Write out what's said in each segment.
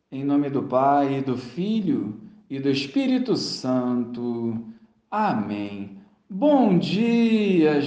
Em nome do Pai, e do Filho e do Espírito Santo. Amém. Bom dia,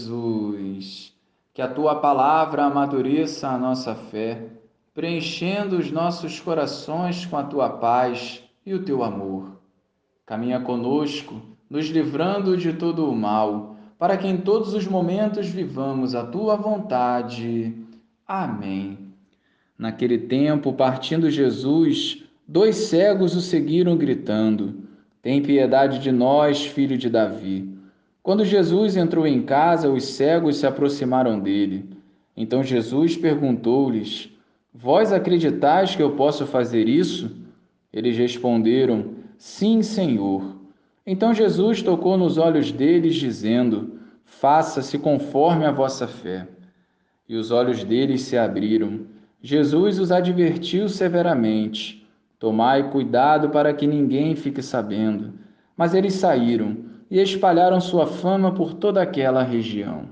Jesus. Que a tua palavra amadureça a nossa fé, preenchendo os nossos corações com a tua paz e o teu amor. Caminha conosco, nos livrando de todo o mal, para que em todos os momentos vivamos a tua vontade. Amém. Naquele tempo, partindo Jesus, dois cegos o seguiram gritando: Tem piedade de nós, filho de Davi. Quando Jesus entrou em casa, os cegos se aproximaram dele. Então Jesus perguntou-lhes: Vós acreditais que eu posso fazer isso? Eles responderam: Sim, Senhor. Então Jesus tocou nos olhos deles, dizendo: Faça-se conforme a vossa fé. E os olhos deles se abriram. Jesus os advertiu severamente: Tomai cuidado para que ninguém fique sabendo. Mas eles saíram e espalharam sua fama por toda aquela região.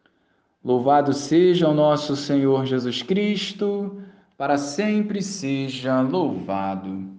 Louvado seja o nosso Senhor Jesus Cristo, para sempre seja louvado.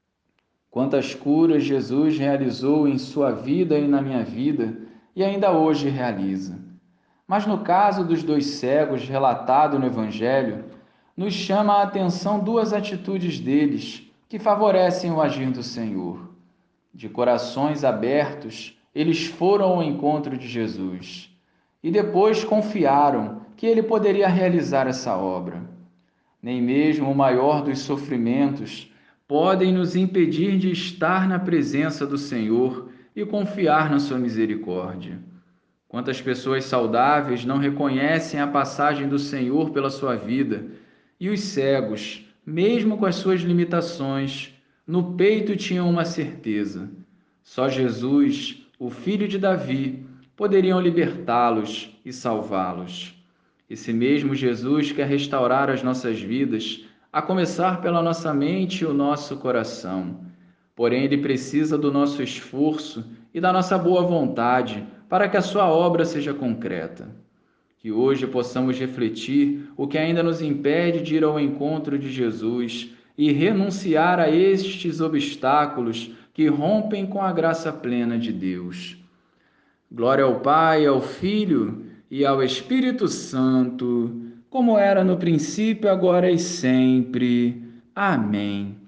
Quantas curas Jesus realizou em sua vida e na minha vida, e ainda hoje realiza. Mas no caso dos dois cegos relatado no Evangelho, nos chama a atenção duas atitudes deles que favorecem o agir do Senhor. De corações abertos, eles foram ao encontro de Jesus e depois confiaram que ele poderia realizar essa obra. Nem mesmo o maior dos sofrimentos podem nos impedir de estar na presença do Senhor e confiar na sua misericórdia. Quantas pessoas saudáveis não reconhecem a passagem do Senhor pela sua vida, e os cegos, mesmo com as suas limitações, no peito tinham uma certeza: só Jesus, o filho de Davi, poderiam libertá-los e salvá-los. Esse mesmo Jesus quer restaurar as nossas vidas, a começar pela nossa mente e o nosso coração. Porém, ele precisa do nosso esforço e da nossa boa vontade para que a sua obra seja concreta. Que hoje possamos refletir o que ainda nos impede de ir ao encontro de Jesus e renunciar a estes obstáculos que rompem com a graça plena de Deus. Glória ao Pai, ao Filho e ao Espírito Santo, como era no princípio, agora e sempre. Amém.